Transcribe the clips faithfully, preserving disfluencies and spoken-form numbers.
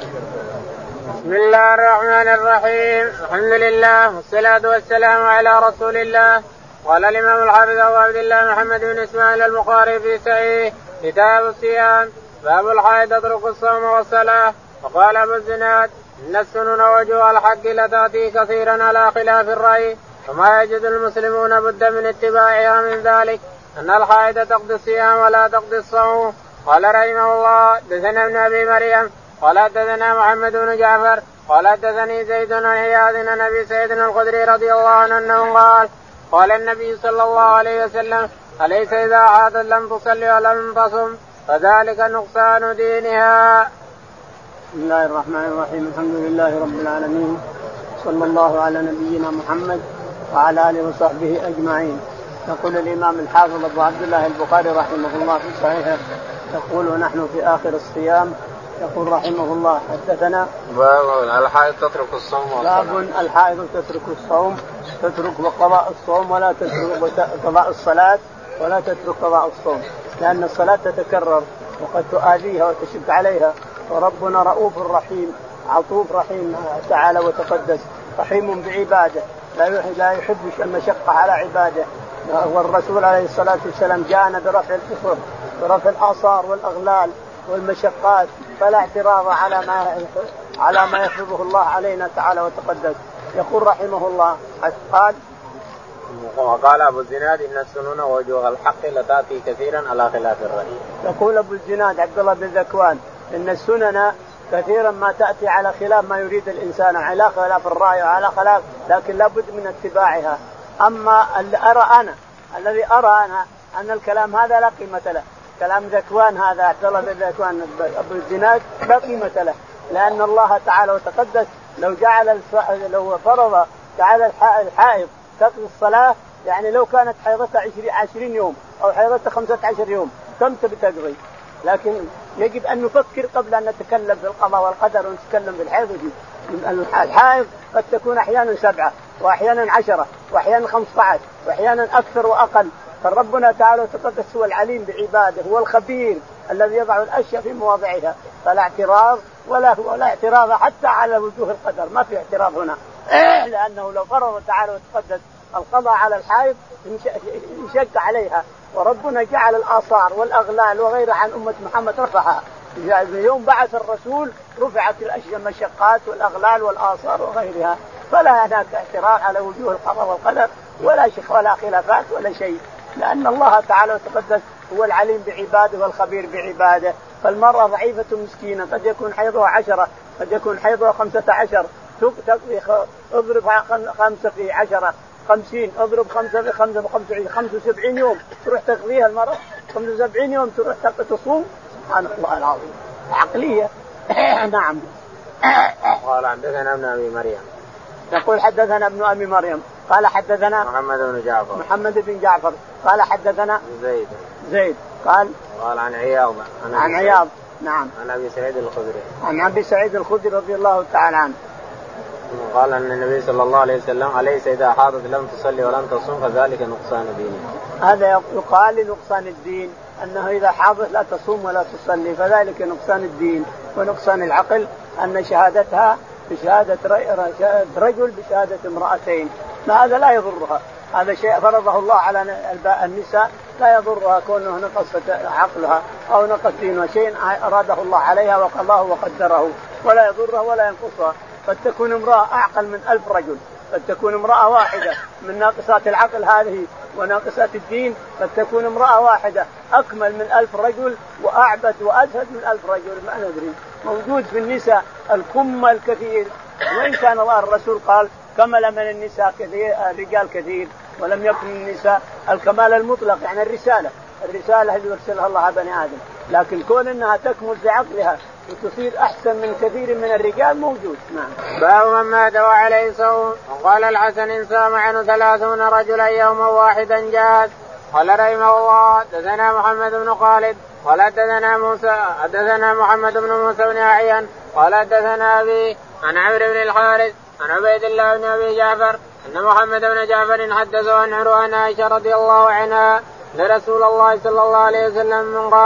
بسم الله الرحمن الرحيم. الحمد لله والصلاة والسلام على رسول الله. قال الإمام الحافظ أبو عبد الله محمد بن إسماعيل البخاري في صحيح كتاب الصيام باب الحائض تترك الصوم والصلاة. وقال أبو الزناد إن السنن وجوه الحق لتأتي كثيرا على خلاف الرأي وما يجد المسلمون بد من اتباعها من ذلك أن الحائض تقضي الصيام ولا تقضي الصوم. قال رحمه الله حدثنا ابن أبي مريم قال حدثنا محمد بن جعفر قال حدثني زيد بن عياض عن أبي سعيد الخدري رضي الله عنه أنه قال قال النبي صلى الله عليه وسلم أليس إذا حاضت لم تصلي ولم تصم فذلك نقصان دينها. بسم الله الرحمن الرحيم. الحمد لله رب العالمين صلى الله على نبينا محمد وعلى آله وصحبه أجمعين. يقول الإمام الحافظ أبو عبد الله البخاري رحمه الله في صحيحه يقول ونحن في آخر الصيام يقول رحمه الله حدثنا باب الحائض تترك الصوم والصلاة. باب الحائض تترك الصوم تترك قضاء الصوم ولا تترك قضاء الصلاة ولا تترك قضاء الصوم لأن الصلاة تتكرر وقد تؤذيها وتشق عليها وربنا رؤوف رحيم عطوف رحيم تعالى وتقدس رحيم بعباده لا يحب المشقة على عباده. والرسول عليه الصلاة والسلام جاءنا برفع الكفر برفع الآثار والأغلال والمشقات فلا اعتراض على ما على ما يفرضه الله علينا تعالى وتقدس. يقول رحمه الله قال وقال أبو الزناد إن السنن وجوه الحق لتأتي كثيرا على خلاف الرأي. يقول أبو الزناد عبد الله بن ذكوان إن السنن كثيرا ما تأتي على خلاف ما يريد الإنسان على خلاف الرأي وعلى خلاف لكن لابد من اتباعها. أما اللي أرى أنا الذي أرى أنا أن الكلام هذا لا قيمة له كلام ذكوان هذا عبد الله بن ذكوان أبو الزناد لا قيمة له لأن الله تعالى وتقدس لو جعل لو فرض جعل الحائض تقضي الصلاة يعني لو كانت حيضتها عشرين يوم أو حيضتها خمسة عشر يوم كم تبي تقضي. لكن يجب أن نفكر قبل أن نتكلم في القضاء والقدر ونتكلم في الحيض. الحائض قد تكون أحيانا سبعة وأحيانا عشرة وأحيانا خمسة عشر وأحيانا أكثر وأقل. فربنا تعالى وتقدس هو العليم بعباده هو الخبير الذي يضع الأشياء في مواضعها فلا اعتراض ولا ولا اعتراض حتى على وجوه القدر ما في اعتراض هنا لأنه لو فرض تعالى وتقدس القضاء على الحائض يشق عليها وربنا جعل الآثار والأغلال وغيرها عن أمة محمد رفعها يوم بعث الرسول رفعت الأشياء المشقات والأغلال والآثار وغيرها فلا هناك اعتراض على وجوه القضاء والقدر ولا شيخ ولا خلافات ولا شيء لأن الله تعالى وتقدس هو العليم بعباده والخبير بعباده. فالمرأة ضعيفة مسكينة قد يكون حيضها عشرة قد يكون حيضها خمسة عشر اضرب خمسة في عشرة خمسين اضرب خمسة في خمسة بخمسة خمسة وسبعين يوم تروح تقضيها المرأة خمسة وسبعين يوم تروح تصوم سبحان الله العظيم عقلية. نعم. قال حدثنا ابن أبي مريم يقول حدثنا ابن أبي مريم قال حدثنا محمد بن جعفر محمد بن جعفر قال حدثنا زيد زيد قال قال عن عياض عن عياض نعم عن أبي سعيد الخدري عن أبي سعيد الخدري رضي الله تعالى عنه قال أن النبي صلى الله عليه وسلم أليس إذا حاضت لم تصلي ولم تصوم فذلك نقصان دينها. هذا يقال لنقصان الدين أنه إذا حاضت لا تصوم ولا تصلي فذلك نقصان الدين ونقصان العقل أن شهادتها بشهادة رجل بشهادة امرأتين ما هذا لا يضرها هذا شيء فرضه الله على النساء لا يضرها كونه نقصت عقلها أو نقص دينها شيء أراده الله عليها وقضاه وقدره ولا يضرها ولا ينقصها. قد تكون امرأة أعقل من ألف رجل قد تكون امرأة واحدة من ناقصات العقل هذه وناقصات الدين قد تكون امرأة واحدة أكمل من ألف رجل وأعبد وأزهد من ألف رجل ما ندري موجود في النساء الكم الكثير وإن كان الله الرسول قال كمل من النساء كثير الرجال كثير ولم يكن النساء الكمال المطلق يعني الرسالة الرسالة اللي يرسلها الله على بني آدم لكن كون أنها تكمل في عقلها وتصير أحسن من كثير من الرجال موجود. نعم. باب من مات وعليه صوم. وقال الحسن إن صام عنه ثلاثون رجلا يوما واحدا جاز. قال رحمه الله حدثنا محمد بن خالد قال حدثنا موسى حدثنا محمد بن موسى بن أعين قال حدثنا أبي عن عمرو بن الحارث عن عبيد الله بن أبي جعفر أن محمد بن جعفر حدثه عن عروة عن عائشة رضي الله عنها لرسول الله صلى الله عليه وسلم من قال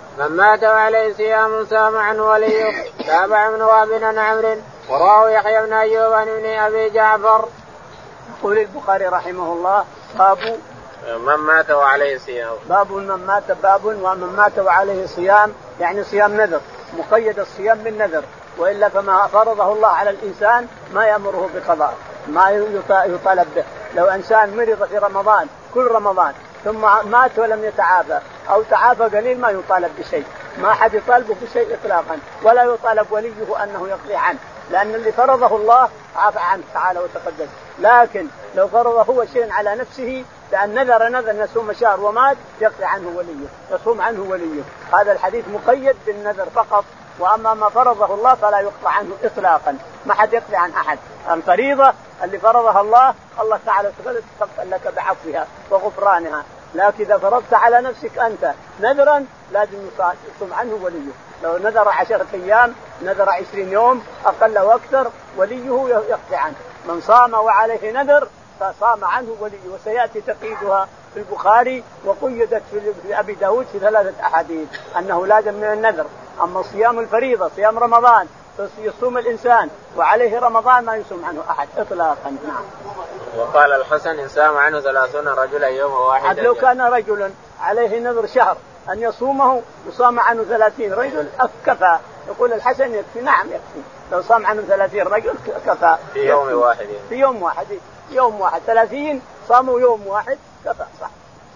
من مات وعليه صيام صام عنه وليه. تابع ابن وهب عن عمرو ورواه يحيى بن أيوب عن ابن أبي جعفر. يقول البخاري رحمه الله باب من مات وعليه صيام. باب من مات باب ومن مات وعليه صيام يعني صيام نذر، مقيد الصيام بالنذر، وإلا فما فرضه الله على الإنسان ما يأمره بقضاء، ما يطالب به. لو إنسان مرض في رمضان كل رمضان ثم مات ولم يتعافى أو تعافى قليل ما يطالب بشيء، ما حد يطالبه بشيء إطلاقا، ولا يطالب وليه أنه يقضي عنه، لأن اللي فرضه الله عفى عنه تعالى وتقدس. لكن لو فرض هو شيء على نفسه لأن نذر نذر يصوم شهر ومات يقضي عنه وليه، يصوم عنه وليه. هذا الحديث مقيد بالنذر فقط، وأما ما فرضه الله فلا يقضى عنه إطلاقا، ما حد يقضي عن أحد. الفريضة اللي فرضها الله الله تعالى تقبل لك بعفوها وغفرانها، لكن إذا فرضت على نفسك أنت نذرا لازم يصوم عنه وليه. لو نذر عشرة أيام نذر عشرين يوم أقل وأكثر وليه يقضي عنه. من صام وعليه نذر فصام عنه وليه، وسيأتي تقييدها في البخاري وقيدت في أبي داود في ثلاثة أحاديث أنه لازم من النذر. أما صيام الفريضة صيام رمضان يصوم الإنسان وعليه رمضان ما يصوم عنه أحد إطلاقا. نعم. وقال الحسن إن صام عنه ثلاثون رجلا يوم واحد. لو كان رجلا عليه نذر شهر أن يصومه يصام عنه ثلاثين رجل كفى. يقول الحسن يكفي. نعم يكفي، لو صام عنه ثلاثين رجل كفى في يوم واحد. في يوم واحد يوم واحد ثلاثين صاموا يوم واحد كفى. صح.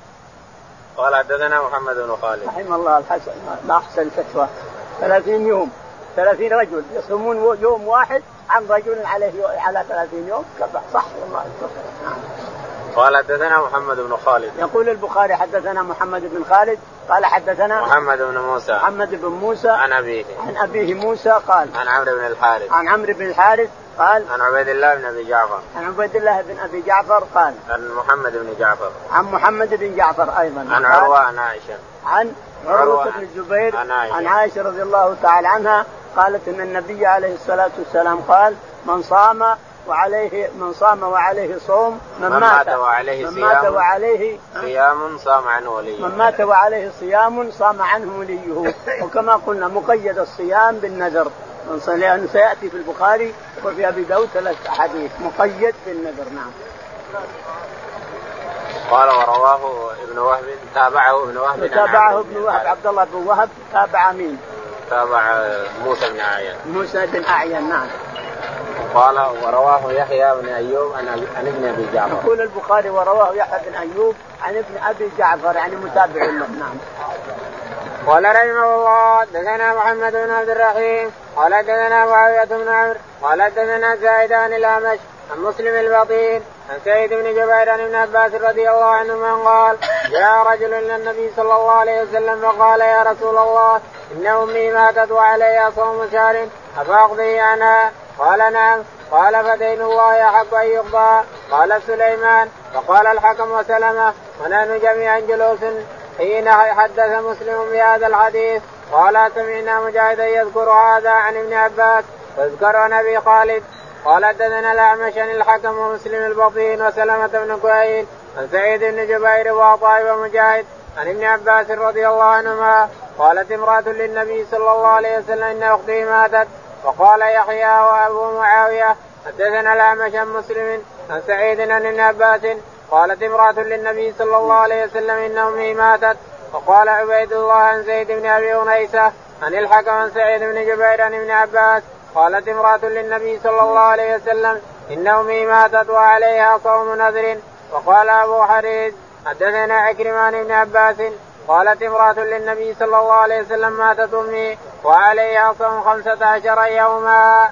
قال حدثنا محمد بن خالد رحمه الله الحسن ما أحسن الفتوى. ثلاثين يوم ثلاثين رجل يصومون يوم واحد عن رجل عليه على ثلاثين يوم كفى. صح والله. قال حدثنا محمد بن خالد. يقول البخاري حدثنا محمد بن خالد قال حدثنا محمد بن موسى محمد بن موسى عن أبيه عن أبيه موسى قال عن عمرو بن الحارث عن عمرو بن الحارث قال عن عبيد الله بن أبي جعفر عن عبيد الله بن أبي جعفر قال عن محمد بن جعفر عن محمد بن جعفر أيضا عن عروة عن عائشة عن عروة بن الزبير عن عائشة. عن عائشة رضي الله تعالى عنها قالت إن النبي عليه الصلاة والسلام قال من صام وعليه من صام وعليه صوم من, من مات وعليه من مات وعليه صيام صام عنه وليه من مات وعليه صيام صام عنه وليه. وكما قلنا مقيد الصيام بالنذر، لأنه سيأتي في البخاري وفي أبي داود ثلاث أحاديث مقيد بالنذر. نعم. قال ورواه ابن وهب تابعه ابن وهب تابعه ابن وهب عبد الله بن وهب تابع مين؟ تابع موسى بن أعين موسى بن أعين. نعم. قال ورواه يحيى بن أيوب عن ابن أبي جعفر. يقول البخاري ورواه يحيى بن أيوب عن ابن أبي جعفر يعني متابع له. نعم. قال رحمه الله دثنا محمد بن عبد الرحيم قال دثنا معاوية بن عمرو قال دثنا زائد عن الأعمش عن مسلم البطين عن سعيد بن جبير عن ابن عباس رضي الله عنهما قال جاء رجل إلى النبي صلى الله عليه وسلم فقال يا رسول الله إن أمي ماتت وعليها صوم شهر أفأقضي عنها؟ قال نعم. قال فدين الله أحق أن يقضى. قال سليمان فقال الحكم وسلمة ونحن جميعا جلوس حين حدث مسلم بهذا الحديث. قال سمعنا مجاهدا يذكر هذا عن ابن عباس ويذكر عن أبي خالد. قال حدثنا الأعمش عن الحكم ومسلم البطين وسلمة بن كهيل عن سعيد بن جبير وعطاء ومجاهد عن ابن عباس رضي الله عنهما قالت امرأة للنبي صلى الله عليه وسلم إن أختي ماتت. وقال يحيى وأبو معاوية حدثنا الأعمش عن مسلم عن سعيد عن ابن عباس قالت امرأة للنبي صلى الله عليه وسلم إن أمي ماتت. وقال عبيد الله عن زيد بن أبي أنيسة عن الحكم عن سعيد بن جبير عن ابن عباس قالت امرأة للنبي صلى الله عليه وسلم إن أمي ماتت وعليها صوم نذر. وقال أبو حريز حدثنا عكرمة عن ابن عباس قالت امرأة للنبي صلى الله عليه وسلم ماتت أمي وعليها صوم خمسة عشر يوما.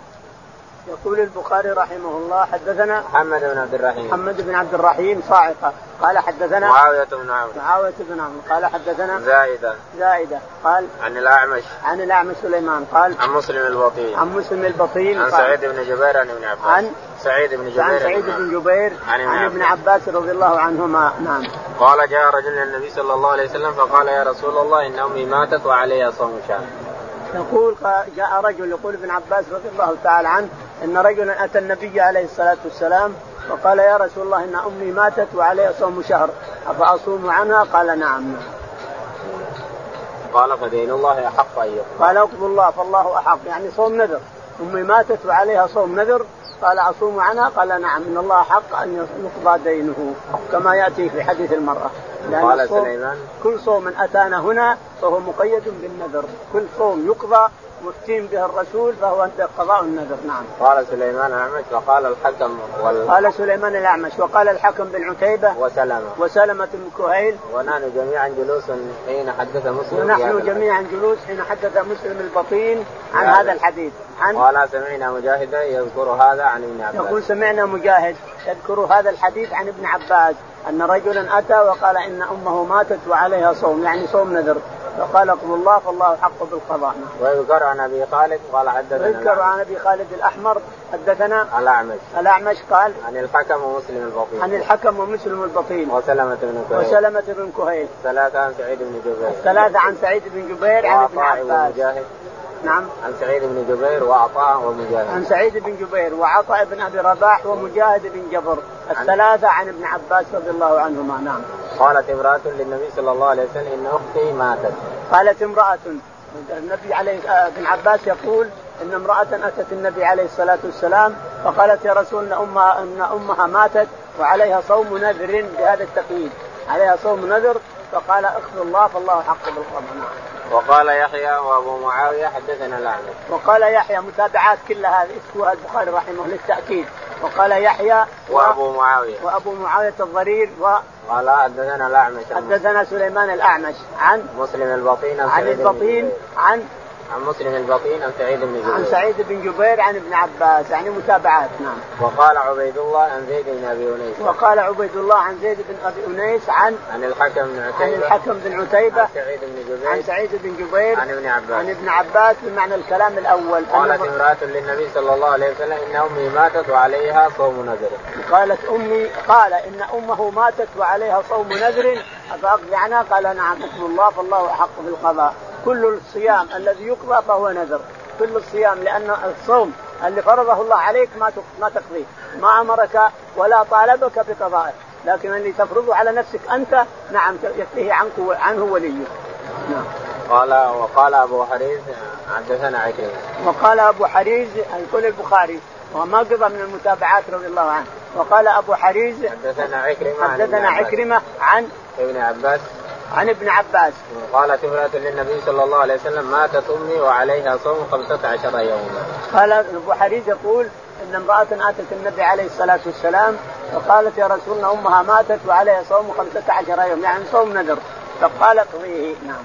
يقول البخاري رحمه الله حدثنا محمد بن عبد الرحيم محمد بن عبد الرحيم صاعقة قال حدثنا معاوية بن عمرو معاوية بن عمرو قال حدثنا زائدة زائدة قال عن الأعمش عن الأعمش سليمان قال عن مسلم البطين عن مسلم البطين عن سعيد بن جبير عن ابن عباس عن سعيد بن جبير عن سعيد بن جبير عن, عن ابن عباس رضي الله عنهما. نعم. قال جاء رجل النبي صلى الله عليه وسلم فقال يا رسول الله إن أمي ماتت وعليها صوم شهر. يقول جاء رجل يقول ابن عباس رضي الله تعالى عنه إن رجلا أتى النبي عليه الصلاة والسلام وقال يا رسول الله إن أمي ماتت وعليها صوم شهر أفأصوم عنها؟ قال نعم. قال فدين الله أحق أن يقضى. قال اقضوا الله فالله أحق، يعني صوم نذر. أمي ماتت وعليها صوم نذر، قال أصوم عنها؟ قال نعم، إن الله حق أن يقضى دينه كما يأتي في حديث المرأة. قال سليمان كل صوم أتانا هنا فهو مقيد بالنذر، كل صوم يقضى مفتين به الرسول فهو قضاء النذر. نعم. قال سليمان الأعمش وقال الحكم وال... قال سليمان الأعمش وقال الحكم بن عتيبة وسلمة وسلمة بن كهيل ونحن جميعا جلوس حين حدث مسلم ونحن جميعا جلوس حين حدث مسلم البطين عن يعني هذا الحديث. عن قال سمعنا مجاهدا يذكر هذا عن ابن عباس. يقول سمعنا مجاهد يذكر هذا الحديث عن ابن عباس أن رجلا أتى وقال إن أمه ماتت وعليها صوم، يعني صوم نذر، فقال اقضوا الله فالله حق بالقضاء. ويذكر عن أبي خالد قال حدثنا ويذكر عن أبي خالد الأحمر حدثنا الأعمش الأعمش قال عن الحكم ومسلم البطين عن الحكم ومسلم البطين وسلمة بن كهيل وسلمة بن كهيل ثلاثة عن سعيد بن جبير ثلاثة عن سعيد بن جبير عن ابن عباس. نعم. عن سعيد بن جبير وعطاء ومجاهد. عن سعيد بن جبير وعطاء بن أبي رباح ومجاهد بن جبر الثلاثة عن ابن عباس رضي الله عنهما. نعم. قالت امرأة للنبي صلى الله عليه وسلم إن أختي ماتت. قالت امرأة النبي عليه ابن عباس يقول إن امرأة أتت النبي عليه الصلاة والسلام فقالت يا رسول إن أمها, إن أمها ماتت وعليها صوم نذر، بهذا التقييد عليها صوم نذر، فقال اخذ الله فالله حق بالقضاء. وقال يحيى وابو معاوية حدثنا الأعمش. وقال يحيى متابعات كلها هذه اسمها البخاري رحمه للتأكيد. وقال يحيى وابو معاوية وابو معاوية الضرير وقال حدثنا الأعمش حدثنا سليمان الأعمش عن مسلم البطين عن البطين عن عن مسلم البطين عن سعيد بن جبير عن سعيد بن جبير عن ابن عباس، يعني متابعات. نعم. وقال عبيد الله عن زيد بن أبي أنيس وقال عبيد الله عن زيد بن أبي أنيس عن عن الحكم بن عتيبة عن الحكم بن عتيبة عن سعيد بن جبير عن سعيد بن جبير عن ابن عباس عن ابن عباس بمعنى الكلام الأول. قالت امرأة للنبي صلى الله عليه وسلم إن أمي ماتت وعليها صوم نذر. قالت أمي قال إن أمه ماتت وعليها صوم نذر فأقضي عنها؟ قال نعم اقضوا الله فالله أحق بالقضاء. كل الصيام الذي يقضى فهو نذر، كل الصيام، لأن الصوم اللي فرضه الله عليك ما ما تقضيه، ما أمرك ولا طالبك بقضائه، لكن اللي تفرضه على نفسك أنت نعم يكفيه عنك عنه وليه. نعم. قال وقال أبو حريز حدثنا عكرمة. وقال أبو حريز يقول البخاري وما قضى من المتابعات رضي الله عنه. وقال أبو حريز حدثنا عكرمة حدثنا عكرمة عن ابن عباس عن ابن عباس. قالت امرأة للنبي صلى الله عليه وسلم ماتت أمي وعليها صوم خمسة عشر يوما. قال أبو حريز يقول إن امرأة أتت النبي عليه الصلاة والسلام فقالت يا رسول الله أمها ماتت وعليها صوم خمسة عشر يوم، يعني صوم نذر، فقال اقضيه. نعم.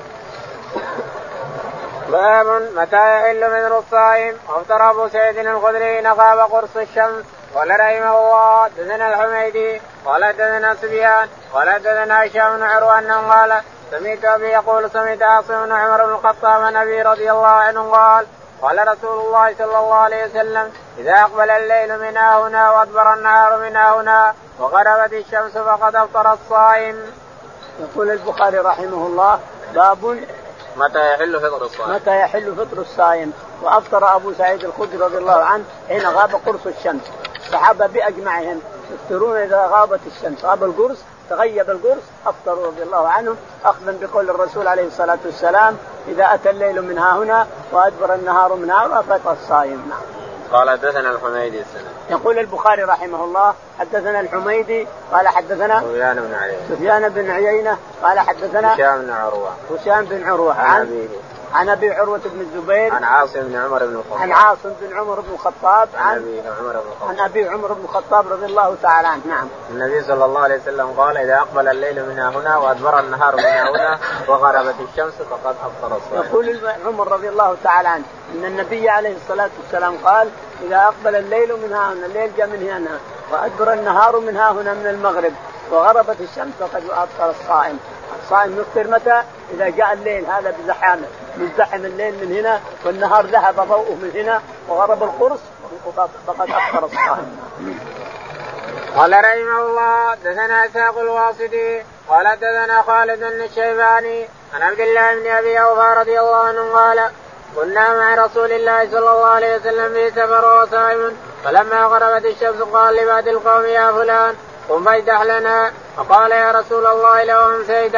باب متى يحل من الصائم. أفطر أبو سعيد الخدري نقاب قرص الشمس. قال رحمه الله دثنا الحميدي قال دثنا سفيان قال دثنا هشام بن عروة أنه قال سمعت أبي يقول سمعت عاصم بن عمر بن الخطاب عن أبي رضي الله عنه قال قال رسول الله صلى الله عليه وسلم إذا أقبل الليل من هنا وأدبر النهار من هنا وغربت الشمس فقد أفطر الصائم. يقول البخاري رحمه الله باب متى يحل فطر الصائم. متى يحل فطر الصائم. وأفطر أبو سعيد الخدري رضي الله عنه حين غاب قرص الشمس، الصحابة بأجمعهم يفطرون إذا غابت الشمس، غاب القرص تغيب القرص أفطروا رضي الله عنهم أخذا بقول الرسول عليه الصلاة والسلام إذا أتى الليل من ها هنا وأدبر النهار من ها هنا فطر الصائم. نعم. قال حدثنا الحميدي السنة. يقول البخاري رحمه الله حدثنا الحميدي قال حدثنا سفيان بن عيينة سفيان بن عيينة قال حدثنا هشام بن عروة هشام بن عروة عن أبيه عن أبي عروة بن الزبير عن عاصم بن عمر بن الخطاب عن عاصم بن عمر بن الخطاب عن أبي عمر بن الخطاب عن أبي عمر بن الخطاب رضي الله تعالى عنه. نعم. النبي صلى الله عليه وسلم قال إذا أقبل الليل من هنا وأدبر النهار من هنا وغربت الشمس فقد أفطر الصائم. يقول عمر رضي الله تعالى عنه إن النبي عليه الصلاة والسلام قال إذا أقبل الليل من ها هنا، الليل جاء من هنا، وأدبر النهار من ها هنا من المغرب وغربت الشمس فقد أفطر الصائم. الصائم يفطر متى؟ إذا جاء الليل هذا بزحامه، مزدحم الليل من هنا والنهار ذهب ضوءه من هنا وغرب القرص فقد أفطر الصائم. قال رحمه الله دثنا إسحاق الواسطي قال دثنا خالد الشيباني عن عبد الله بن أبي أوفى رضي الله عنه قال كنا مع رسول الله صلى الله عليه وسلم في سفر وصائم فلما غربت الشمس قال لبعض القوم يا فلان قم فاجدح لنا، فقال يا رسول الله لو أمسيت،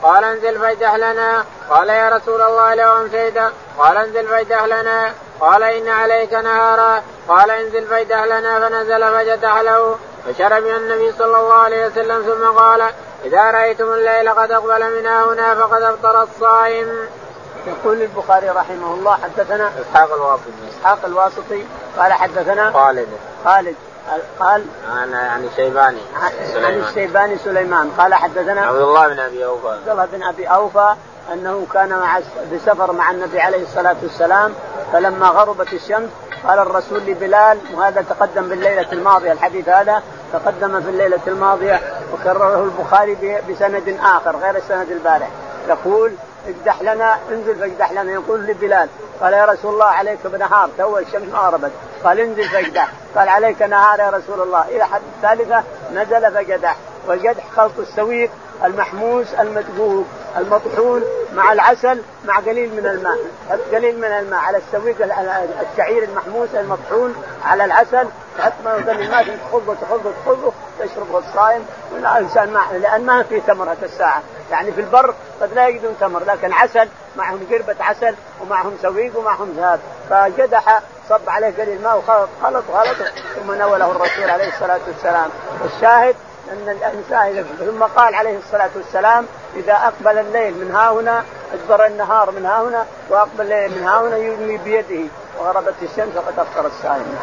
قال انزل فاجدح لنا. قال يا رسول الله لو أمسيت. قال انزل فاجدح لنا. قال إن عليك نهارا. قال انزل فاجدح لنا. فنزل فجدح له فشرب من النبي صلى الله عليه وسلم ثم قال إذا رأيتم الليل قد أقبل من هنا فقد أفطر الصائم. يقول البخاري رحمه الله حدثنا إسحاق الواسطي إسحاق الواسطي قال حدثنا خالد خالد قال عن عن الشيباني عن الشيباني سليمان قال حدثنا عبد الله بن أبي أوفى عبد الله بن أبي أوفى أنه كان مع بسفر مع النبي عليه الصلاة والسلام فلما غربت الشمس قال الرسول لبلال وهذا تقدم بالليلة الماضية الحديث هذا تقدم في الليلة الماضية وكرره البخاري بسند آخر غير السند البارح يقول اجدح لنا انزل فاجدح لنا. يقول لبلال قال يا رسول الله عليك بنهار تو الشمس ما غربت. قال انزل فاجدح. قال عليك نهار يا رسول الله. إلى حد الثالثة نزل فجدح. والجدح خلط السويق المحموس المدقوق المطحون مع العسل مع قليل من الماء. قليل من الماء على السويق الشعير المحموس المطحون على العسل حتى ما يقل الماء تخضه تخضه تخضه تشربه الصائم والإنسان معه لأن ما في تمرة الساعة. يعني في البر قد لا يجدون تمر لكن عسل معهم قربة عسل ومعهم سويق ومعهم ذهب. فجدح صب عليه قليل الماء وخلط خلط خلط ثم نوله الرسول عليه الصلاة والسلام. والشاهد أن الإنسان ثم قال عليه الصلاة والسلام إذا أقبل الليل من ها هنا أدبر النهار من ها هنا وأقبل الليل من ها هنا يرمي بيده وغربت الشمس فقد أفطر الصائم.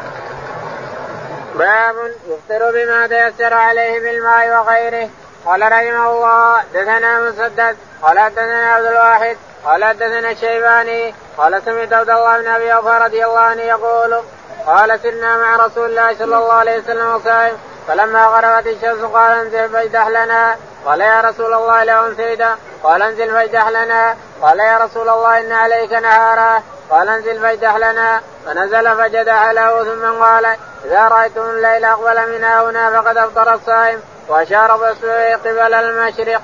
باب يفطر بما تيسر عليه بالماء وغيره. قال رحمه الله دثنا مسدد قال دثنا عبد الواحد قال دثنا الشيباني قال سمعت عبد الله بن أبي أوفى رضي الله عنه يقول قال سرنا مع رسول الله صلى الله عليه وسلم وصائم فلما غربت الشمس قال انزل فاجدح لنا. قال يا رسول الله لو أمسيت. قال انزل فاجدح لنا. قال يا رسول الله إن عليك نهارا. قال انزل فاجدح لنا. فنزل فجدح له ثم قال إذا رأيتم الليل أقبل من هنا فقد أفطر الصائم وأشار بأصبعه قبل المشرق.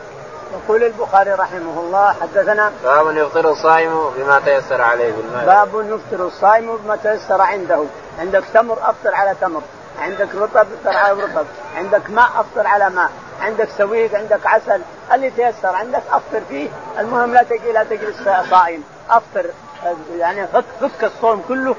يقول البخاري رحمه الله حدثنا باب يفطر الصائم بما تيسر عليه بالماء. باب يفطر الصائم بما تيسر عنده. عندك تمر أفطر على تمر. عندك رطب افطر على رطب. عندك ماء افطر على ماء. عندك سويق عندك عسل اللي تيسر عندك افطر فيه. المهم لا تجي لا تجلس صائم افطر يعني فك فك الصوم كله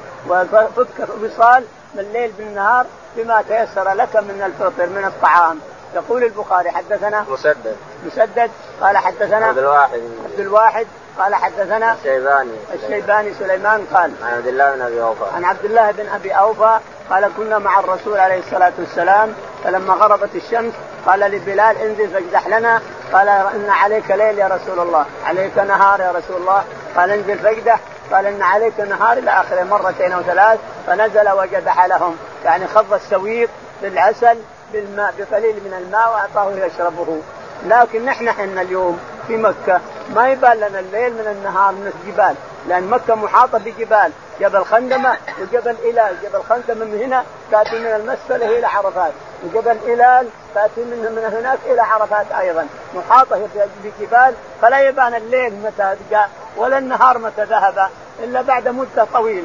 وفك الوصال من الليل بالنهار بما تيسر لك من الفطر من الطعام. يقول البخاري حدثنا مسدد مسدد قال حدثنا عبد الواحد عبد الواحد قال حدثنا الشيباني الشيباني سليمان قال عن عبد الله بن أبي أوفى عن عبد الله بن أبي أوفى قال كنا مع الرسول عليه الصلاة والسلام فلما غربت الشمس قال لبلال انزل فاجدح لنا. قال إن عليك ليل يا رسول الله عليك نهار يا رسول الله. قال انزل فاجدح. قال إن عليك نهار إلى آخره مرتين أو ثلاث. فنزل وجدح لهم يعني خض السويق بالعسل بالماء بقليل من الماء وأعطاه يشربه. لكن نحن حنا اليوم في مكة ما يبان لنا الليل من النهار من الجبال لأن مكة محاطة بجبال جبل خندمة وجبل إلال. جبل خندمة من هنا تأتي من المسفلة إلى عرفات وجبل إلال تأتي من من هناك إلى عرفات أيضا محاطة بجبال فلا يبان الليل متى جاء ولا النهار متى ذهب إلا بعد مدة طويلة.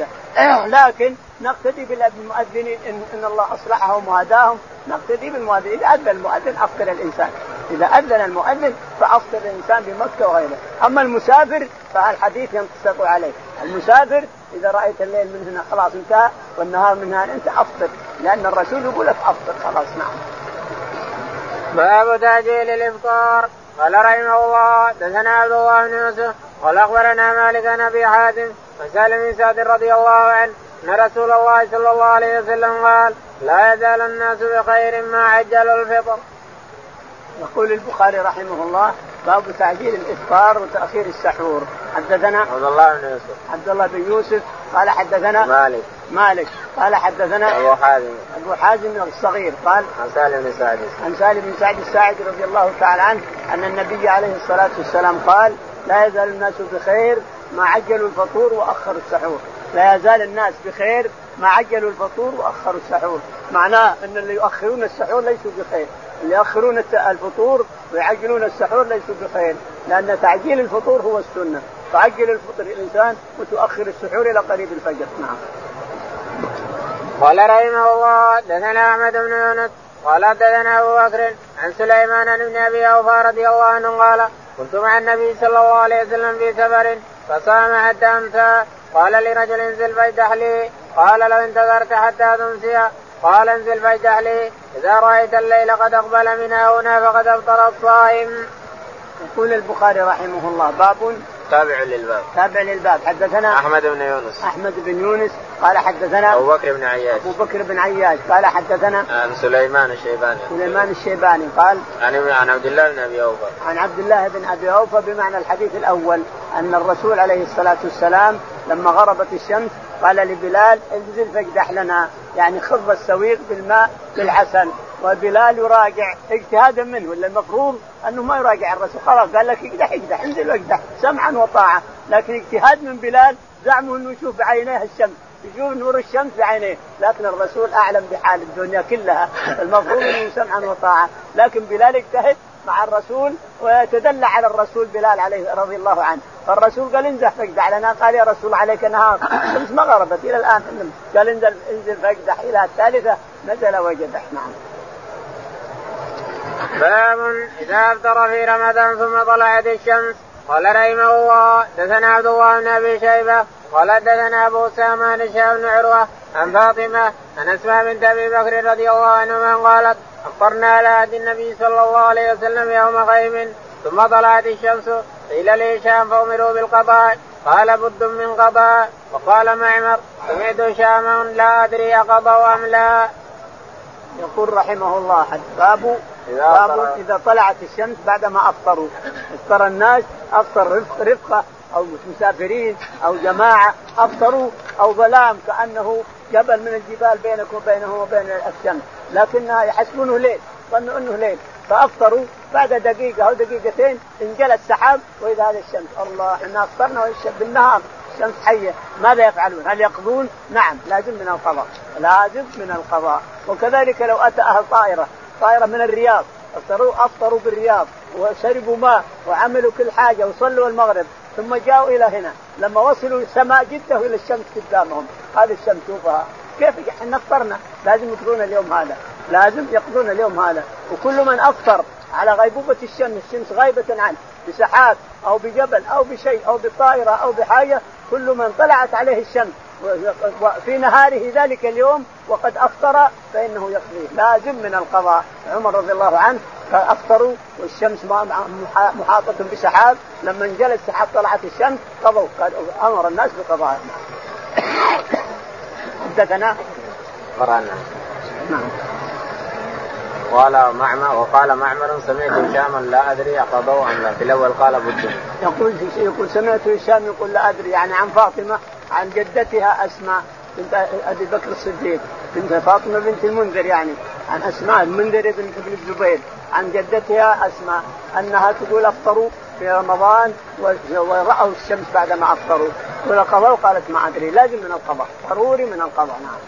لكن نقتدي بالمؤذنين إن, إن الله أصلحهم وهداهم نقتدي بالمؤذن. إذا أذن المؤذن أفطر الإنسان. إذا أذن المؤذن فأفطر الإنسان بمكة وغيره. أما المسافر فالحديث ينطبق عليه. المسافر إذا رأيت الليل من هنا خلاص انتهى والنهار من هنا أنت أفطر لأن الرسول يقول لك أفطر خلاص. نعم. باب تأجيل الإفطار. قال رحمه الله دثنا عبد الله بن يوسف قال أخبرنا مالك بن أبي حاتم وسالم بن سعد رضي الله عنه أن رسول الله صلى الله عليه وسلم قال لا يزال الناس بخير ما عجلوا الفطر. يقول البخاري رحمه الله باب تعجيل الإفطار وتأخير السحور. حدثنا عبد الله بن يوسف عبد الله بن يوسف قال حدثنا مالك مالك قال حدثنا أبو حازم أبو حازم الصغير قال عن سالم بن سعد عن سالم بن سعد الساعدي رضي الله تعالى عنه أن النبي عليه الصلاة والسلام قال لا يزال الناس بخير ما عجلوا الفطور وأخروا السحور. لا يزال الناس بخير ما عجلوا الفطور وأخروا السحور. معناه أن اللي يؤخرون السحور ليسوا بخير. اللي يؤخرون الفطور ويعجلون السحور ليسوا بخير لأن تعجيل الفطور هو السنة. تعجل الفطر الإنسان وتؤخر السحور إلى قريب الفجر. نعم. قال رحمه الله دثنا أحمد بن يونس قال دثنا أبو بكر عن سليمان بن أبي أوفى رضي الله عنه قال كنت مع النبي صلى الله عليه وسلم في سفر فصام حتى أمسى قال لرجل انزل فاجدح لي قال لو انتظرت حتى تمسي قال انزل فاجدح لي إذا رأيت الليل قد أقبل من هنا فقد أفطر الصائم. يقول البخاري رحمه الله باب تابع للباب تابع للباب. حدثنا أحمد بن يونس أحمد بن يونس قال حدثنا أبو بكر بن عياش أبو بكر بن عياش قال حدثنا عن سليمان الشيباني سليمان الشيباني قال عن عبد الله بن أبي أوفى عن عبد الله بن أبي أوفى بمعنى الحديث الأول أن الرسول عليه الصلاة والسلام لما غربت الشمس قال لبلال انزل فاجدح لنا يعني خض السويق بالماء بالعسل. وبلال يراجع اجتهادا منه ولا المفروض أنه ما يراجع الرسول خلاص قال لك اجدح اجدح انزل واجدح سمعا وطاعة لكن اجتهاد من بلال زعمه انه يشوف بعينيه الشمس يشوف نور الشمس بعينيه لكن الرسول أعلم بحال الدنيا كلها المفروض انه سمعا وطاعة لكن بلال اجتهد مع الرسول ويتدلع على الرسول بلال عليه رضي الله عنه. فالرسول قال انزل فاجدح لنا قال يا رسول عليك نهار الشمس ما غربت إلى الآن قال انزل انزل فاجدح إلى الثالثة نزل وجدح. نعم. باب إذا أفطر في رمضان ثم طلعت الشمس قال رحمه الله دثنا عبد الله بن أبي شيبة قال دثنا أبو أسامة عن هشام بن عروة عن فاطمة عن أسماء بنت أبي بكر رضي الله عنهما قالت أفطرنا على عهد النبي صلى الله عليه وسلم يوم غيم ثم طلعت الشمس قيل لهشام فأمروا بالقضاء قال بد من قضاء وقال معمر سمعت هشاما لا أدري أقضوا أم لا. يقول رحمه الله باب باب إذا طلعت الشمس بعدما أفطروا افطر الناس أفطر رفقة أو مسافرين أو جماعة أفطروا أو ظلام كأنه جبل من الجبال بينك وبينه وبين الشمس لكنها يحسبونه ليل ظنوا أنه ليل فأفطروا بعد دقيقة أو دقيقتين انجلى السحاب وإذا هذا الشمس الله إحنا أفطرنا بالنهار الشمس حية ماذا يفعلون؟ هل يقضون؟ نعم لازم من القضاء لازم من القضاء. وكذلك لو أتى أهل طائرة طائرة من الرياض أفطروا أفطروا بالرياض وشربوا ماء وعملوا كل حاجة وصلوا المغرب ثم جاءوا إلى هنا لما وصلوا السماء جدة إلى الشمس قدامهم هذه الشمس شوفها كيف احنا افطرنا لازم يقضون اليوم هذا لازم يقضون اليوم هذا. وكل من أفطر على غيبوبة الشمس الشمس غيبة عنه بسحاب أو بجبل أو بشيء أو بطائرة أو بحاجة كل من طلعت عليه الشمس في نهاره ذلك اليوم وقد أفطر فإنه يقضيه لازم من القضاء. عمر رضي الله عنه أفطروا والشمس محاطة بسحاب لما انجلى السحاب طلعت الشمس قضوا أمر الناس بقضاء. حدثنا قرانا قال معمر وقال معمر سمعت هشاما لا أدري أقضوا أم لا في الأول قال بد. يقول يقول سمعت هشام يقول لا أدري يعني عن فاطمة عن جدتها أسماء بنت أبي بكر الصديق بنت فاطمة بنت المنذر يعني عن أسماء المنذر بن ابن الزبير عن جدتها أسماء أنها تقول أفطروا في رمضان ورأوا الشمس بعدما أفطروا والقضاء قالت ما أدري لازم من القضاء ضروري من القضاء. نعم.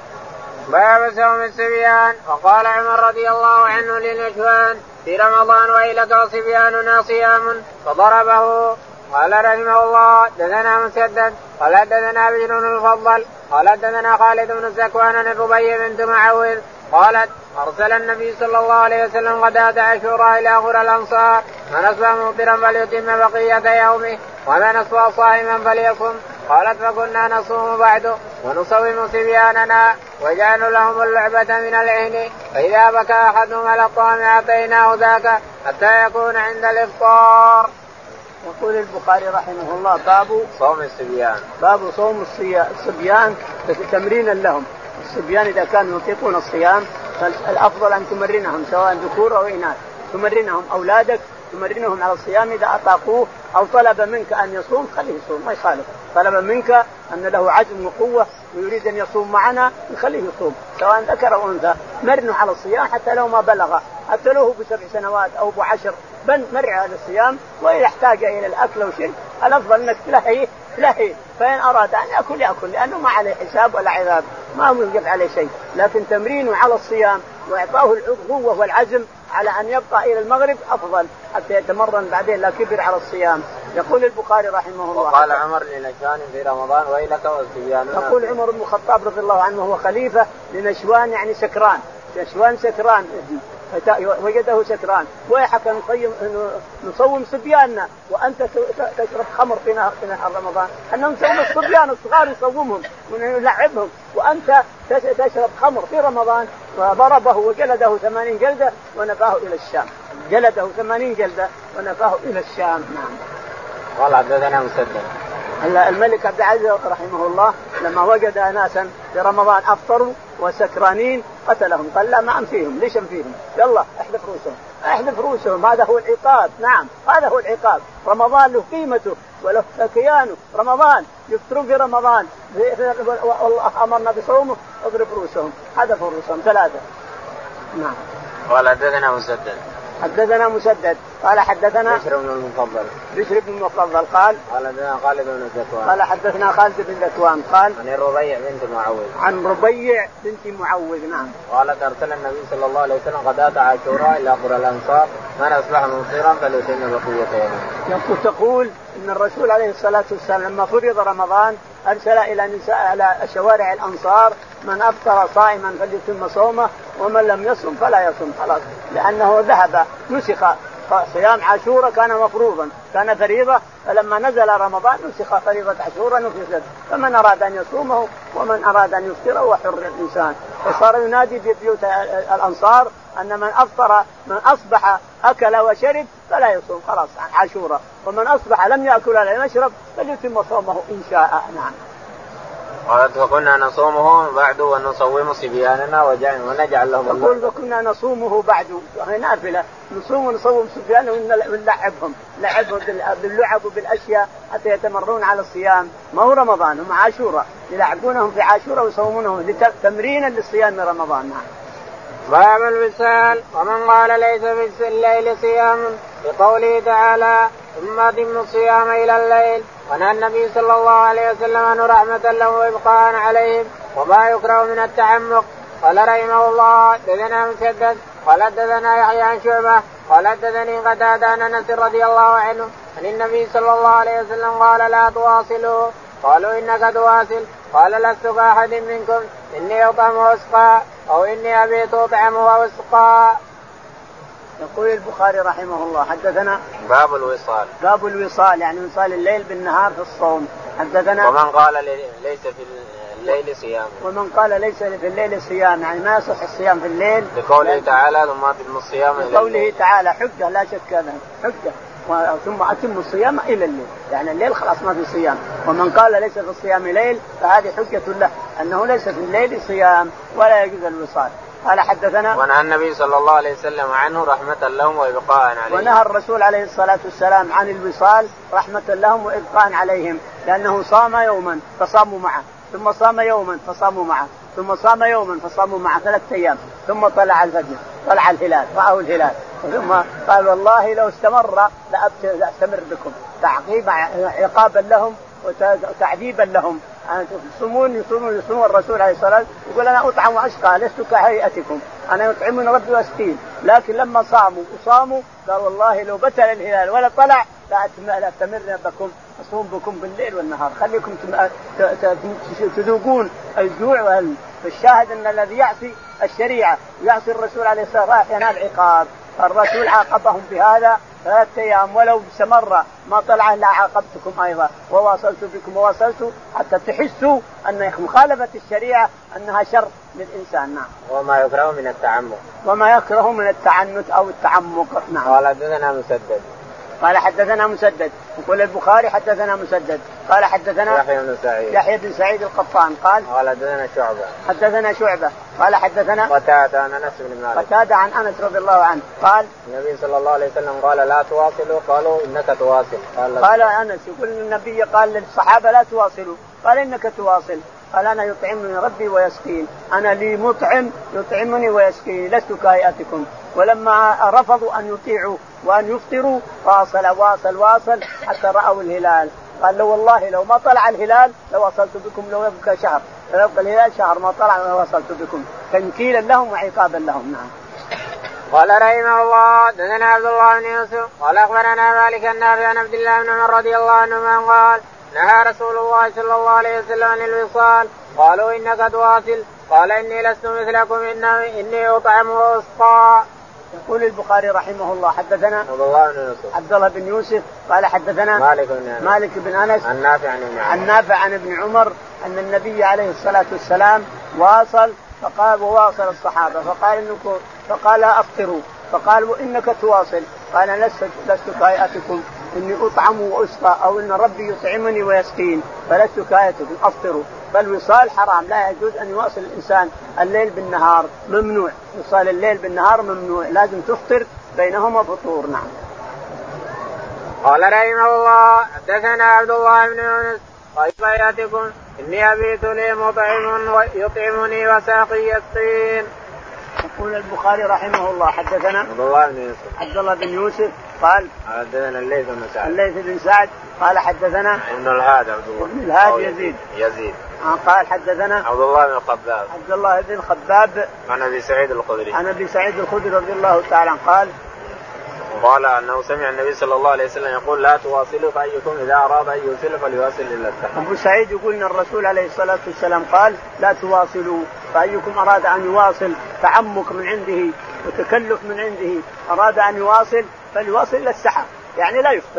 باب صوم الصبيان وقال عمر رضي الله عنه للنشوان في رمضان وإلك صبياننا صيام فضربه. قال رحمه الله دثنا مسدد قال دثنا بشر المفضل قال دثنا خالد بن الزكوان عن ربيع بنت معوذ قالت أرسل النبي صلى الله عليه وسلم غداة عاشوراء إلى قرى الأنصار من أصبح مفطرا فليتم بقية يومه ومن أصبح صائما فليصم. قالت فكنا نصوم بعد ونصوم صبياننا وجعلنا لهم اللعبة من العين فإذا بكى أحدهم على الطعام أعطيناه ذاك حتى يكون عند الإفطار. يقول البخاري رحمه الله باب صوم الصبيان باب صوم الصبيان تمرينا لهم. الصبيان إذا كانوا يطيقون الصيام فالأفضل أن تمرنهم سواء ذكور أو إناث تمرنهم أولادك تمرنهم على الصيام إذا أطاقوه أو طلب منك أن يصوم خليه يصوم ما يخالف طلب منك أن له عزم وقوة ويريد أن يصوم معنا نخليه يصوم سواء ذكر أو أنثى مرنه على الصيام حتى لو ما بلغ حتى لو بسبع سنوات أو بعشر بل مرع على الصيام وإذا احتاج إلى الأكل وشرب الأفضل أنك تلهيه تلهيه فإن أراد أن يأكل يأكل لأنه ما عليه حساب ولا عذاب ما يوجب عليه شيء لكن تمرينه على الصيام وإعطاه القوة والعزم على أن يبقى إلى المغرب أفضل حتى يتمرن بعدين لا كبر على الصيام. يقول البخاري رحمه الله وقال عمر لنشوان في رمضان ويلك والصبيان. يقول عمر بن الخطاب رضي الله عنه هو خليفة لنشوان يعني سكران نشوان سكران وجده سكران ويحك نصوم صبياننا وأنت تشرب خمر في نهار رمضان. أنهم نصوم الصبيان الصغار يصومهم ونلعبهم وأنت تشرب خمر في رمضان. وضربه وجلده ثمانين جلدة ونفاه إلى الشام. جلده ثمانين جلدة ونفاه إلى الشام. نعم. قال حدثنا مسدد. الملك عبد العزيز رحمه الله لما وجد ناسا في رمضان أفطروا وسكرانين قتلهم. قال لا ما أنفيهم. ليش أنفيهم؟ يلا احذف رؤوسهم احذف رؤوسهم. هذا هو العقاب. نعم هذا هو العقاب. رمضان له قيمته وله كيانه. رمضان يفطرون في رمضان والله أمرنا بصومه. اضرب رؤوسهم حذف رؤوسهم ثلاثة. نعم. قال حدثنا مسدد. حدثنا مسدد قال حدثنا بشر بن المفضل. بشر بن المفضل قال قال حدثنا خالد بن ذكوان. قال حدثنا خالد بن ذكوان قال عن ربيع بنت معوذ. عن ربيع بنت معوذ. نعم. قالت أرسل النبي صلى الله عليه وسلم غداة عاشوراء إلى قرى الأنصار من أصبح مفطرا فليتم بقية يومه. تقول إن الرسول عليه الصلاة والسلام لما فرض رمضان أرسل إلى نساء على شوارع الأنصار من أفطر صائما فليتم صومه ومن لم يصم فلا يصوم خلاص. لأنه ذهب نسخ صيام عاشوراء كان مفروضا كان فريضة فلما نزل رمضان نسخ فريضة عاشوراء نفذت. فمن أراد أن يصومه ومن أراد أن يفطره وحر الإنسان. فصار ينادي في بيوت الأنصار أن من أفطر من أصبح أكل وشرب فلا يصوم خلاص عاشوراء ومن أصبح لم يأكل ولا يشرب فليتم صومه إن شاء. نعم. قالت فكنا نصومه بعد ونصوم صبياننا ونجعل لهم. تقول فكنا نصومه بعد وهي نافلة نصوم ونصوم صبياننا ونلعبهم لعبهم باللعب وبالأشياء حتى يتمرون على الصيام. ما هو رمضان هم عاشوراء يلعبونهم في عاشوراء ويصومونهم تمرينا للصيام رمضان. نعم. باب الوصال. ومن قال ليس في الليل صيام بقوله تعالى ثم أتموا الصيام إلى الليل. ونهى النبي صلى الله عليه وسلم عنه رحمة له وإبقاء عليهم وما يكره من التعمق. قال رحمه الله حدثنا مسدد قال حدثنا يحيى عن شعبة قال حدثني قتادة عن أنس رضي الله عنه عن النبي صلى الله عليه وسلم قال لا تواصلوا. قالوا إنك تواصل. قال لست كأحد منكم إني أطعم وأسقى أو إني أبيت أطعم وأسقى. يقول البخاري رحمه الله حدثنا باب الوصال. باب الوصال يعني وصال الليل بالنهار في الصوم. حدثنا ومن قال ليس في الليل صيام. ومن قال ليس في الليل صيام يعني ما يصح الصيام في الليل. بقوله تعالى ثم أتموا الصيام إلى الليل. بقوله تعالى حجة لا شك هذا حجة ثم أتموا الصيام إلى الليل يعني الليل خلاص ما في صيام. ومن قال ليس في الصيام ليل فهذه حجة له أنه ليس في الليل صيام ولا يجوز الوصال. قال حدثنا ونهى النبي صلى الله عليه وسلم عنه رحمة لهم وإبقاء عليهم. ونهى الرسول عليه الصلاة والسلام عن الوصال رحمة لهم وإبقاء عليهم لأنه صام يوما فصاموا معه ثم صام يوما فصاموا معه ثم صام يوما فصاموا معه ثلاثة أيام ثم طلع الفجر طلع الهلال رأوا الهلال ثم قال والله لو استمر لأستمر بكم تعقيب عقابا لهم وتعذيبا لهم. يصومون يصومون يصومون الرسول عليه الصلاة والسلام يقول أنا أطعم وأسقى لست كهيئتكم أنا يطعمون ربي وأسقين. لكن لما صاموا وصاموا قال والله لو بتل الهلال ولا طلع لا أستمر بكم أصوم بكم بالليل والنهار خليكم تذوقون الجوع. فالشاهد أن الذي يعصي الشريعة يعصي الرسول عليه الصلاة والسلام راح ينال عقاب. الرسول عاقبهم بهذا ثلاثة أيام ولو استمر ما طلع إلا عاقبتكم أيضا وواصلت بكم وواصلت حتى تحسوا أن مخالفة الشريعة أنها شر للإنسان. نعم. وما يكره من التعمق. وما يكره من التعنت أو التعمق. نعم. قال حدثنا مسدد قال حدثنا مسدد يقول البخاري حدثنا مسدد قال حدثنا يحيى بن سعيد يحيى بن سعيد القطان قال قال حدثنا شعبة حدثنا شعبة قال حدثنا قتادة عن أنس بن مالك قتادة عن أنس رضي الله عنه قال النبي صلى الله عليه وسلم قال لا تواصلوا قالوا إنك تواصل. قال, قال أنس يقول النبي قال للصحابة لا تواصلوا قال إنك تواصل. قال أنا يطعمني ربي ويسقين أنا لي مطعم يطعمني ويسقين لست كهيئتكم. ولما رفضوا أن يطيعوا وأن يفطروا واصل واصل واصل حتى رأوا الهلال. قال لو والله لو ما طلع الهلال لوصلت بكم لو يبقى شهر لو يبقى الهلال شهر ما طلع لوصلت بكم تنكيلا لهم وعقابا لهم. نعم. قال رحمه الله دثنا عبد الله بن يوسف قال أخبرنا مالك النافع عن عبد الله بن عمر رضي الله عنهما قال نهى رسول الله صلى الله عليه وسلم عن الوصال. قالوا إنك تواصل قال إني لست مثلكم إني أطعم وأسقى. يقول البخاري رحمه الله حدثنا عبد الله بن يوسف عبد الله بن يوسف قال حدثنا مالك بن أنس مالك بن أنس عن نافع عن ابن عمر عن نافع عن ابن عمر أن النبي عليه الصلاة والسلام واصل فقال وواصل الصحابة فقال إنكم فقال أفطروا فقال وإنك تواصل قال لست لست كهيئتكم إني أطعم وأسقى أو إن ربي يطعمني ويسقين فلست كهيئتكم أفطروا. فالوصال حرام لا يجوز أن يواصل الإنسان الليل بالنهار ممنوع وصال الليل بالنهار ممنوع لازم تفطر بينهما فطور. نعم. قال رحمه الله حدثنا عبد الله بن يونس قال كهيئتكم إني أبيت لي مطعم يطعمني وساقي يسقين. يقول البخاري رحمه الله حدثنا عبد الله بن يوسف عبد الله بن يوسف قال حدثنا الليث بن سعد الليث بن سعد قال حدثنا ابن الهاد عبد الله ابن الهاد يزيد يزيد قال حدثنا عبد الله بن الخباب عبد الله بن الخباب عن ابي سعيد الخدري عن ابي سعيد الخدري رضي الله تعالى عنه قال قال انه سمع النبي صلى الله عليه وسلم يقول لا تواصلوا فايكم اذا اراد ان يوصل فليواصل الى السحر. ابو سعيد يقول ان الرسول عليه الصلاه والسلام قال لا تواصلوا فايكم اراد ان يواصل تعمق من عنده وتكلف من عنده اراد ان يواصل فليواصل الى السحر يعني لا يفطر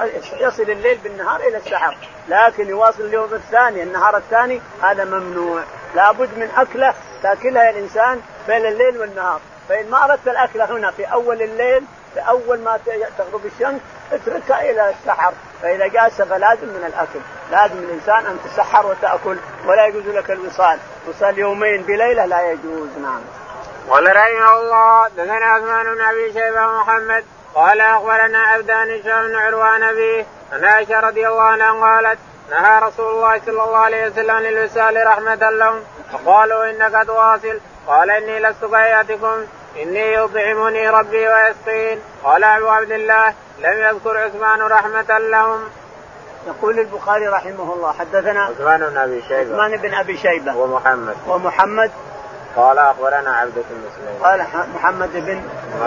يصل الليل بالنهار الى السحر لكن يواصل اليوم الثاني النهار الثاني هذا ممنوع. لابد من اكله تاكلها الانسان بين الليل والنهار فان ما اردت الاكله هنا في اول الليل في أول ما تغرب الشمس اتركها إلى السحر فإذا جاء فلازم من الأكل لازم الإنسان أن تسحر وتأكل ولا يجوز لك الوصال وصال يومين بليلة لا يجوز. نعم. قال رحمه الله دثنا عثمان بن أبي شيبة ومحمد قال أخبرنا عبدان هشام بن عروان أبيه أن عائشة رضي الله عنها قالت نهى رسول الله صلى الله عليه وسلم للوصال رحمة لهم فقالوا إنك تواصل قال إني لست كهيئتكم إني يطعمني ربي ويسقين. قال أبو عبد الله لم يذكر عثمان رحمة لهم. يقول البخاري رحمه الله حدثنا عثمان بن أبي شيبة عثمان بن أبي شيبة ومحمد ومحمد قال أخبرنا عبدة بن سليمان قال محمد بن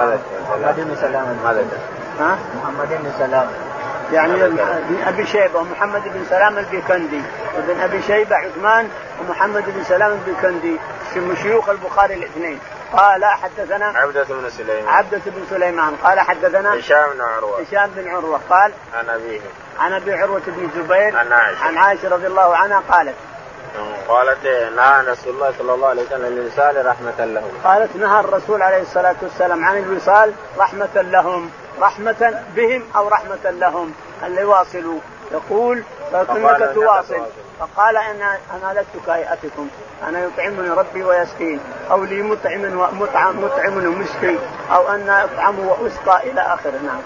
محمد بن سلام ها محمد بن سلام يعني بن أبي شيبة ومحمد بن سلام البيكندي وابن أبي شيبة عثمان ومحمد بن سلام البيكندي من شيوخ البخاري الاثنين. قال حدثنا عبدة بن سليمان عبدة بن سليمان قال حدثنا هشام بن عروة هشام بن عروة قال عن أبيه عن أبي عروة بن الزبير عن عائشة عن عائشة رضي الله عنها قالت قالت نهى رسول الله صلى الله عليه وسلم الوصال رحمة لهم قالت نهى الرسول عليه الصلاة والسلام عن الوصال رحمة لهم رحمة بهم أو رحمة لهم اللي يواصلوا. يقول فإنك تواصل فقال أنا أنا لست كهيئتكم أنا يطعمني ربي ويسقين أو لي مطعم ومطعم مطعم ومسقي أو أن أطعم وأسقى إلى آخر. نعم.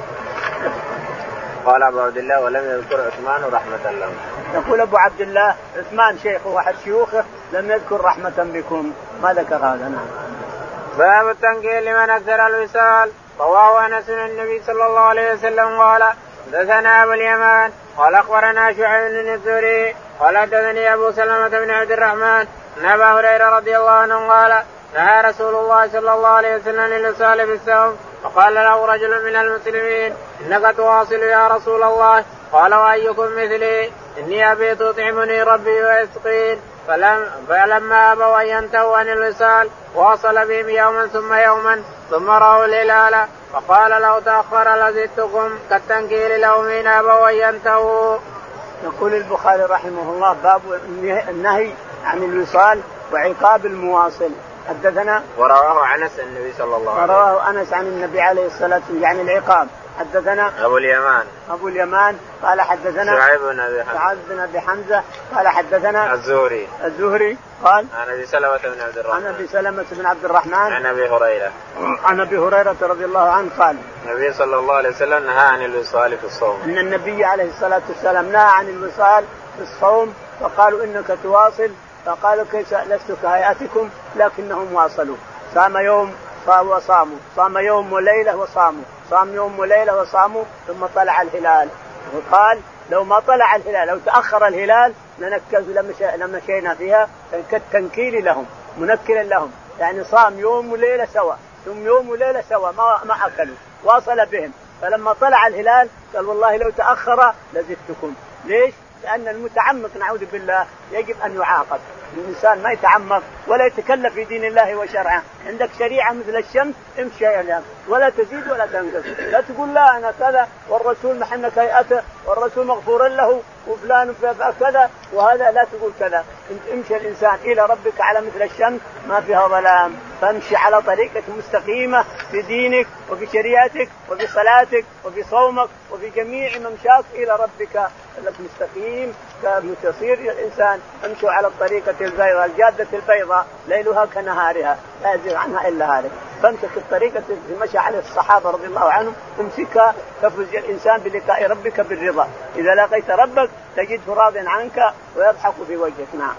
قال أبو عبد الله ولم يذكر عثمان رحمة لهم. يقول أبو عبد الله عثمان شيخه وأحد شيوخه لم يذكر رحمة بكم ما ذكر هذا. نعم. باب التنكيل لمن أكثر الوصال. رواه أنس عن النبي صلى الله عليه وسلم قال حدثنا أبو اليمان قال أخبرنا شعيب بن الزهري قال حدثني أبو سلمة بن عبد الرحمن أن أبا هريرة رضي الله عنه قال نهى رسول الله صلى الله عليه وسلم للوصال بالصوم فقال له رجل من المسلمين إنك تواصل يا رسول الله قال وأيكم مثلي إني أبيت يطعمني ربي ويسقين فلم فلما أبوا أن ينتهوا عن الوصال واصل بهم يوما ثم يوما ثم رأوا الهلال فقال لو تأخر لزدتكم كالتنكيل لهم إن أبوا أن ينتهوا. يقول البخاري رحمه الله باب النهي عن الوصال وعقاب المواصل. حدثنا ورواه أنس النبي صلى الله عليه وسلم ورواه أنس عن النبي عليه الصلاة والسلام يعني العقاب. حدثنا أبو اليمان أبو اليمان قال حدثنا شعيب بن أبي حمزة شعيب بن أبي حمزة قال حدثنا الزهري الزهري قال عن أبي سلمة بن عبد الرحمن عن أبي سلمة بن عبد الرحمن عن أبي هريرة عن أبي هريرة رضي الله عنه قال النبي صلى الله عليه وسلم نهى عن الوصال في الصوم أن النبي عليه الصلاة والسلام نهى عن الوصال في الصوم فقالوا إنك تواصل فقالوا كيف لست كهيئتكم لكنهم واصلوا صام يوم وصاموا صام يوم وليلة وصاموا صام يوم وليلة وصاموا ثم طلع الهلال وقال لو ما طلع الهلال لو تأخر الهلال لنكز لمشينا فيها كالتنكيل لهم منكلا لهم يعني صام يوم وليلة سوا ثم يوم وليلة سوا ما ما أكلوا واصل بهم فلما طلع الهلال قال والله لو تأخر لزدتكم. ليش؟ لأن المتعمق نعوذ بالله يجب أن يعاقب. الإنسان ما يتعمق ولا يتكلف في دين الله وشرعه. عندك شريعة مثل الشمس امشي عليها ولا تزيد ولا تنقص. لا تقول لا أنا كذا والرسول محنك هيئته والرسول مغفور له وفلان كذا وهذا، لا تقول كذا. امشي الإنسان إلى ربك على مثل الشمس ما فيها ظلام، فامشي على طريقة مستقيمة في دينك وفي شريعتك وفي صلاتك وفي صومك وفي جميع ممشاك إلى ربك مستقيم كمتصير الإنسان. امشوا على الطريقة البيضاء الجادة البيضاء ليلها كنهارها لا يزيغ عنها إلا هالك. فامسك الطريقة التي مشى عليه الصحابة رضي الله عنهم، امسكها تفوز الإنسان بلقاء ربك بالرضا. إذا لقيت ربك تجده راضيا عنك ويضحك في وجهك. نعم.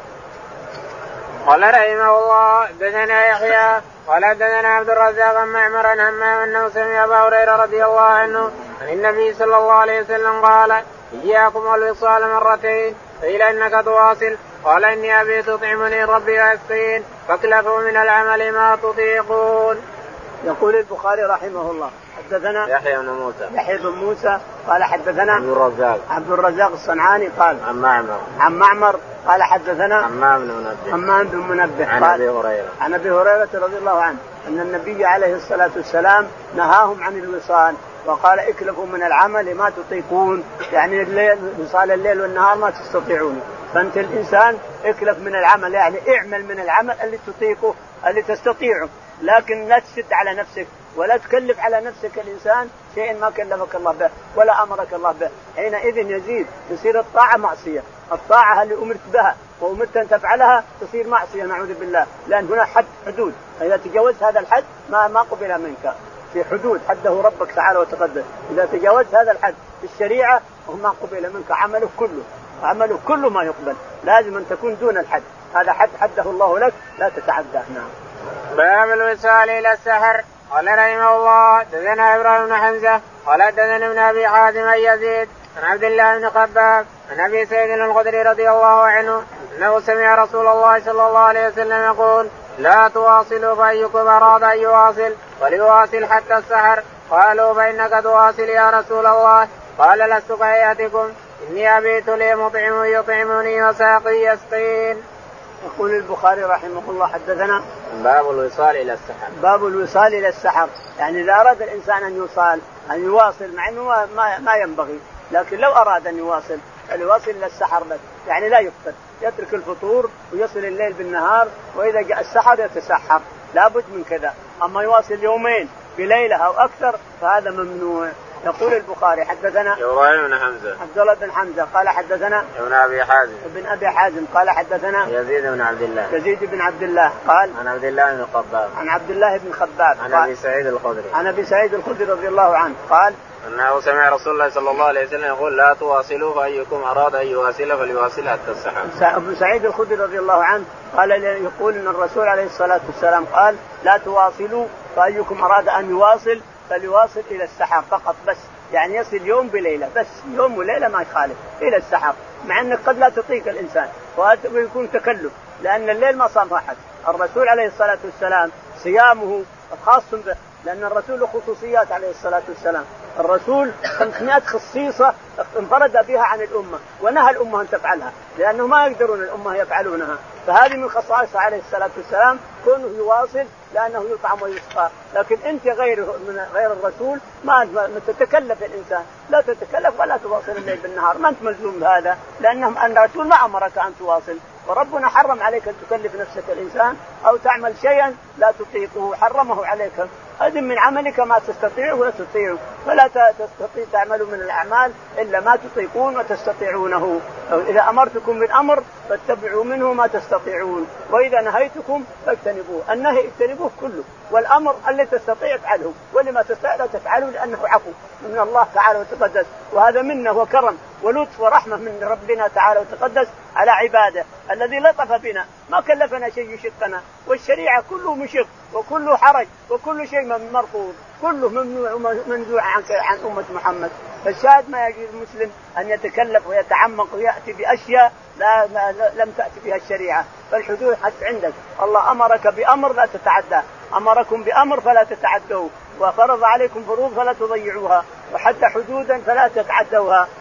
قال رحمه الله حدثنا يحيى قال حدثنا عبد الرزاق عن معمر عن همام انه سمع ابا هريره رضي الله عنه عن النبي صلى الله عليه وسلم قال اياكم والوصال مرتين قيل انك تواصل قال اني ابي تطعمني ربي ويسقين فاكلفوا من العمل ما تطيقون. يقول البخاري رحمه الله حدثنا يحيى بن موسى يحيى بن موسى قال حدثنا عبد الرزاق عبد الرزاق الصنعاني قال عن معمر عن معمر قال حدثنا همام بن منبه همام بن منبه عن ابي هريره عن ابي هريره رضي الله عنه ان النبي عليه الصلاه والسلام نهاهم عن الوصال وقال اكلفوا من العمل ما تطيقون، يعني الليل وصال الليل والنهار ما تستطيعون. فانت الانسان اكلف من العمل، يعني اعمل من العمل اللي تطيقه اللي تستطيعه، لكن لا تشد على نفسك ولا تكلف على نفسك الإنسان شيء ما كلفك الله به ولا أمرك الله به. حينئذ يزيد تصير الطاعة معصية. الطاعة اللي أمرت بها وأمرت أن تفعلها تصير معصية نعوذ بالله، لأن هنا حد حدود، إذا تجاوزت هذا الحد ما ما قبل منك. في حدود حده ربك تعالى وتقدس، إذا تجاوزت هذا الحد في الشريعة وما قبل منك عمله كله عمله كله ما يقبل، لازم أن تكون دون الحد. هذا حد حده الله لك لا تتعداه. نعم. باب الوصال إلى السحر. قال رحمه الله دثنا إبراهيم بن حمزة قال دثنا ابن أبي حازم أن يزيد عن عبد الله بن خباب عن أبي سعيد الخدري رضي الله عنه أنه سمع رسول الله صلى الله عليه وسلم يقول لا تواصلوا فأيكم أراد أن يواصل وليواصل حتى السحر. قالوا فإنك تواصل يا رسول الله. قال لست كهيئتكم إني أبيت لي مطعم يطعمني وساقي يسقين. يقول البخاري رحمه الله حدثنا باب الوصال إلى السحر. باب الوصال إلى السحر، يعني إذا أراد الإنسان أن يوصل أن يواصل مع أنه ما, ما ينبغي، لكن لو أراد أن يواصل فليواصل إلى السحر بس، يعني لا يفطر، يترك الفطور ويصل الليل بالنهار، وإذا جاء السحر يتسحر، لابد من كذا. أما يواصل يومين بليلة أو أكثر فهذا ممنوع. يقول البخاري حدثنا إبراهيم بن حمزة عبد الله بن حمزة قال حدثنا ابن أبي حازم ابن أبي حازم قال حدثنا يزيد بن عبد الله يزيد بن عبد الله قال عن عبد الله بن خباب عن عبد الله بن خباب عن أبي سعيد الخدري عن أبي سعيد الخدري رضي الله عنه قال أنه سمع رسول الله صلى الله عليه وسلم يقول لا تواصلوا فأيكم أراد أن يواصل فليواصل حتى السحر. أبو سعيد الخدري رضي الله عنه قال يقول أن الرسول عليه الصلاة والسلام قال لا تواصلوا فأيكم أراد أن يواصل فليواصل إلى السحر فقط بس، يعني يصل يوم بليلة بس، يوم وليلة ما يخالف إلى السحر، مع أنك قد لا تطيق الإنسان ويكون تكلف، لأن الليل ما صام أحد. الرسول عليه الصلاة والسلام صيامه خاص به، لأن الرسول له خصوصيات عليه الصلاة والسلام. الرسول خمسمائة خصيصة انفرد بها عن الأمة ونهى الأمة أن تفعلها، لأنه ما يقدرون الأمة يفعلونها، فهذه من خصائصه عليه الصلاة والسلام كونه يواصل لأنه يطعم ويسقى. لكن أنت غير من غير الرسول ما تتكلف الإنسان، لا تتكلف ولا تواصل الليل بالنهار، ما أنت ملزوم بهذا، لأنهم أن الرسول ما أمرك أن تواصل، وربنا حرم عليك أن تكلف نفسك الإنسان أو تعمل شيئا لا تطيقه، حرمه عليك. هذا من عملك ما تستطيعه ولا تطيعه، فلا تستطيع تعملوا من الأعمال إلا ما تطيقون وتستطيعونه. إذا أمرتكم بالأمر فاتبعوا منه ما تستطيعون، وإذا نهيتكم فاجتنبوه. النهي اجتنبوه كله، والأمر اللي تستطيع افعله، واللي ما تستطيع لا تفعله، لأنه عفو من الله تعالى وتقدس، وهذا منه وكرم ولطف ورحمة من ربنا تعالى وتقدس على عباده الذي لطف بنا، ما كلفنا شيء يشقنا، والشريعة كله مشق وكله حرج وكل شيء مرفوض، كله ممنوع ومنزوع عن عن أمة محمد. فالشاهد ما يجوز المسلم أن يتكلف ويتعمق ويأتي بأشياء لا لم تأتي بها الشريعة. فالحدود حتى عندك، الله أمرك بأمر لا تتعداه، أمركم بأمر فلا تتعدوه، وفرض عليكم فروض فلا تضيعوها، وحتى حدودا فلا تتعدوها.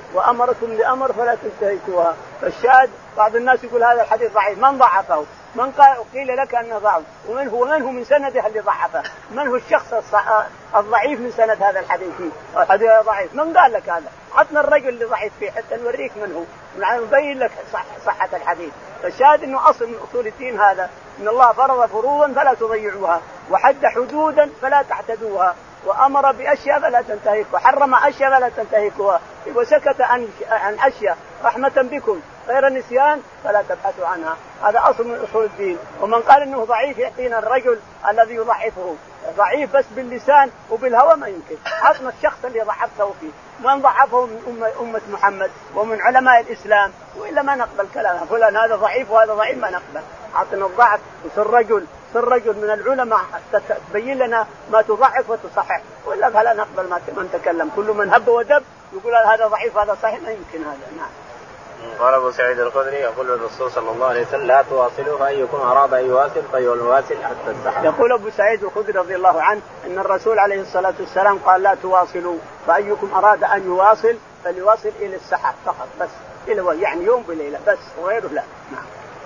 وأمركم بأمر فلا تنتهكوها. فالشاهد بعض الناس يقول هذا الحديث ضعيف. من ضعفه؟ من قيل لك أنه ضعف؟ ومن هو من هو من سنده اللي ضعفه؟ من هو الشخص الضعيف من سند هذا الحديث؟ الحديث ضعيف. من قال لك هذا؟ عطنا الرجل اللي ضعيف فيه حتى نوريك من هو ونبين لك صح صحة الحديث. فالشاهد إنه أصل من أصول الدين هذا، إن الله فرض فروضا فلا تضيعوها، وحد حدودا فلا تعتدوها، وأمر بأشياء فلا تنتهكوا، وحرم أشياء فلا تنتهكوها، وسكت عن عن أشياء رحمة بكم غير نسيان فلا تبحثوا عنها. هذا أصل من أصول الدين. ومن قال إنه ضعيف يعطينا الرجل الذي يضعفه. ضعيف بس باللسان وبالهوى ما يمكن. عطنا الشخص اللي ضعفته فيه. من ضعفه من أمة, أمة محمد ومن علماء الإسلام، وإلا ما نقبل كلامه. فلان هذا ضعيف وهذا ضعيف ما نقبل. عطنا الضعف وصر رجل صر رجل من العلماء تبين لنا ما تضعف وتصحح، وإلا فلا نقبل ما من تكلم. كل من هب ودب يقول هذا ضعيف هذا صحيح ما يمكن هذا. نعم. قال أبو سعيد الخدري يقول الرسول صلى الله عليه وسلم لا تواصلوا فأيكم أراد أن يواصل فليواصل حتى السحر. يقول أبو سعيد الخدري رضي الله عنه أن الرسول عليه الصلاة والسلام قال لا تواصلوا فأيكم أراد أن يواصل فليواصل إلى السحر فقط بس، إلى يعني يوم بليلة بس وغيره لا. نعم.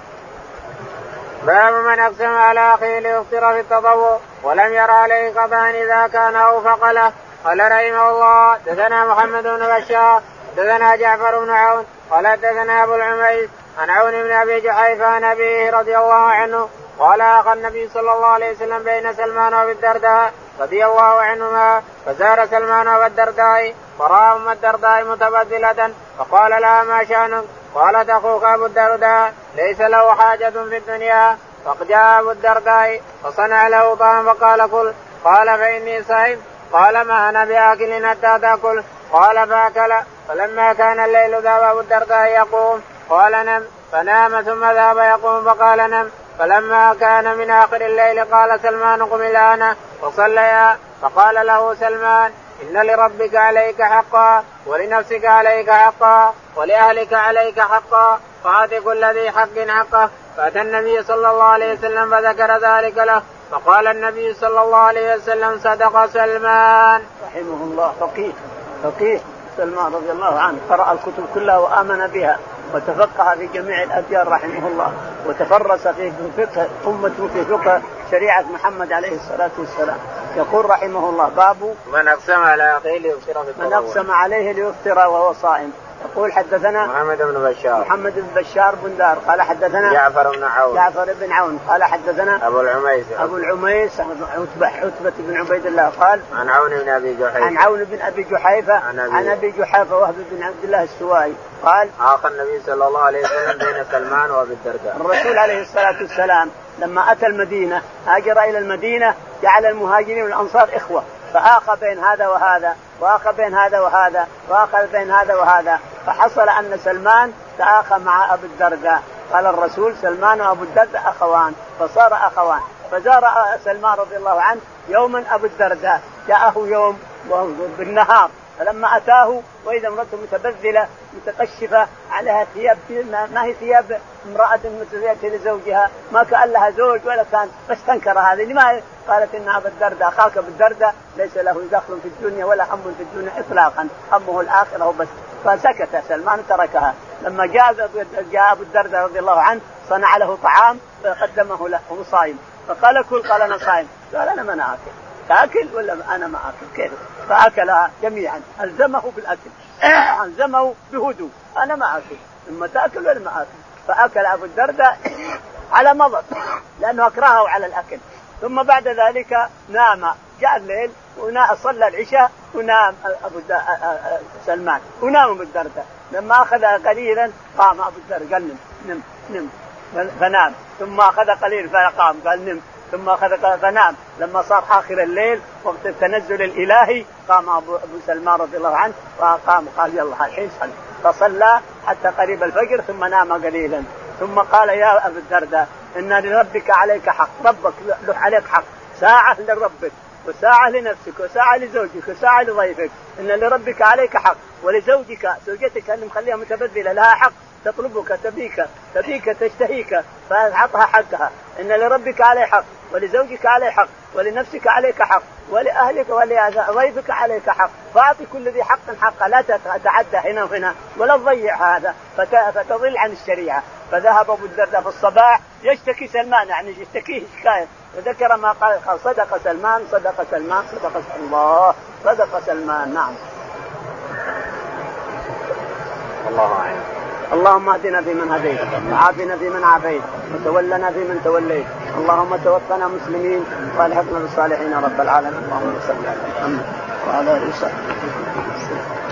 باب من أقسم على أخيه ليفطر في التطوع ولم ير عليه قضاء إذا كان أوفق له. قال رحمه الله دثنا محمد بن بشار دثنا جعفر بن عون قال دثنا أبو العميس عن عون بن أبي جحيفة عن أبيه رضي الله عنه قال أخى النبي صلى الله عليه وسلم بين سلمان وأبي الدرداء رضي الله عنهما، فزار سلمان وأبي الدرداء فرأى أم الدرداء متبذلة فقال لها ما شأنك؟ قالت أخوك أبو الدرداء ليس له حاجة في الدنيا. فجاء أبو الدرداء فصنع له طعام فقال كل. قال فإني صائم. قال ما أنا بآكل حتى تأكل. قال فأكل. فلما كان الليل ذهب أبو الدرداء يقوم قال نم، فنام ثم ذهب يقوم فقال نم. فلما كان من آخر الليل قال سلمان قم الآن فصليا. فقال له سلمان إن لربك عليك حقا ولنفسك عليك حقا ولأهلك عليك حقا فآت كل ذي حق حقه. فأتى النبي صلى الله عليه وسلم فذكر ذلك له فقال النبي صلى الله عليه وسلم صدق سلمان. رحمه الله فقيه فقيه سلمان رضي الله عنه، قرأ الكتب كلها وآمن بها وتفقه في جميع الأديان رحمه الله، وتفرس في فقه أمته في فقه شريعة محمد عليه الصلاة والسلام. يقول رحمه الله باب من أقسم على أخيه ليفطر في التطوع من أقسم عليه ليفطر وهو صائم. يقول حدثنا محمد بن بشار محمد بن بشار بن دار قال حدثنا جعفر بن عون جعفر بن عون قال حدثنا أبو العميس أبو العميس عتبة عتبة بن عبيد الله قال عن عون بن أبي جحيفة عن عون بن أبي جحيفة عن أبي, عن أبي جحيفة وهب بن عبد الله السوائي قال آخى النبي صلى الله عليه وسلم بين سلمان وأبي الدرداء. الرسول عليه الصلاة والسلام لما أتى المدينة هاجر إلى المدينة جعل المهاجرين والأنصار إخوة، فآخى بين هذا وهذا وآخى بين هذا وهذا وآخى بين هذا وهذا، فحصل أن سلمان تآخى مع أبي الدرداء. قال الرسول سلمان وأبو الدرداء أخوان فصار أخوان. فزار سلمان رضي الله عنه يوما أبو الدرداء، جاءه يوم بالنهار، فلما أتاه وإذا امرأته متبذلة متقشفة عليها ثياب ما هي ثياب امرأة متزوجة لزوجها، ما كان لها زوج ولا كان، فاستنكر هذه. لما قالت إن أبا الدرداء أخاك أبو الدرداء ليس له دخل في الدنيا ولا هم في الدنيا إطلاقا، همه الآخرة وبس. فسكت سلمان تركها. لما جاء جاء أبو الدرداء رضي الله عنه صنع له طعام فقدمه له وهو صائم، فقال كل، قال أنا صائم، قال أنا ما أكل، تأكل ولا أنا ما أكل كيف؟ فأكلها جميعا، ألزمه بالأكل ألزمه بهدوء، أنا ما أكل، ثم تأكل ولا ما أكل. فأكل أبو الدرداء على مضض لأنه أكرهه على الأكل. ثم بعد ذلك نام، جاء الليل وصلى العشاء ونام أبو سلمان ونام أبو الدرداء. لما أخذ قليلا قام أبو الدرداء قال نم نم نم فنام، ثم أخذ قليل فقام قال نم، ثم أخذ فنام. لما صار آخر الليل وقت التنزل الإلهي قام أبو سلمان رضي الله عنه وقام قال يلا الحين صل، فصلى حتى قريب الفجر ثم نام قليلا. ثم قال يا أبو الدرداء إن لربك عليك حق، ربك له عليك حق، ساعة لربك وساعة لنفسك وساعة لزوجك وساعة لضيفك. إن لربك عليك حق ولزوجك زوجتك اللي مخليها متبذلة لها حق، تطلبك تبيك تبيك تشتهيك فأعطها حقها. إن لربك عليه حق ولزوجك عليه حق، ولنفسك عليك حق، ولأهلك ولضيفك عليك حق، فأعطي كل ذي حق حقه، لا تتعدى هنا وهنا ولا تضيع هذا فتضل عن الشريعة. فذهب أبو الدرداء في الصباح يشتكي سلمان، يعني يشتكيه شكاية، وذكر ما قال صدق سلمان صدق سلمان صدق الله صدق سلمان. نعم. الله أعلم. اللهم اهدنا فيمن هديت، وعافنا فيمن عافيت، وتولنا فيمن توليت، اللهم توفنا مسلمين والحقنا بالصالحين رب العالمين. اللهم صل على محمد وعلى آله وصحبه.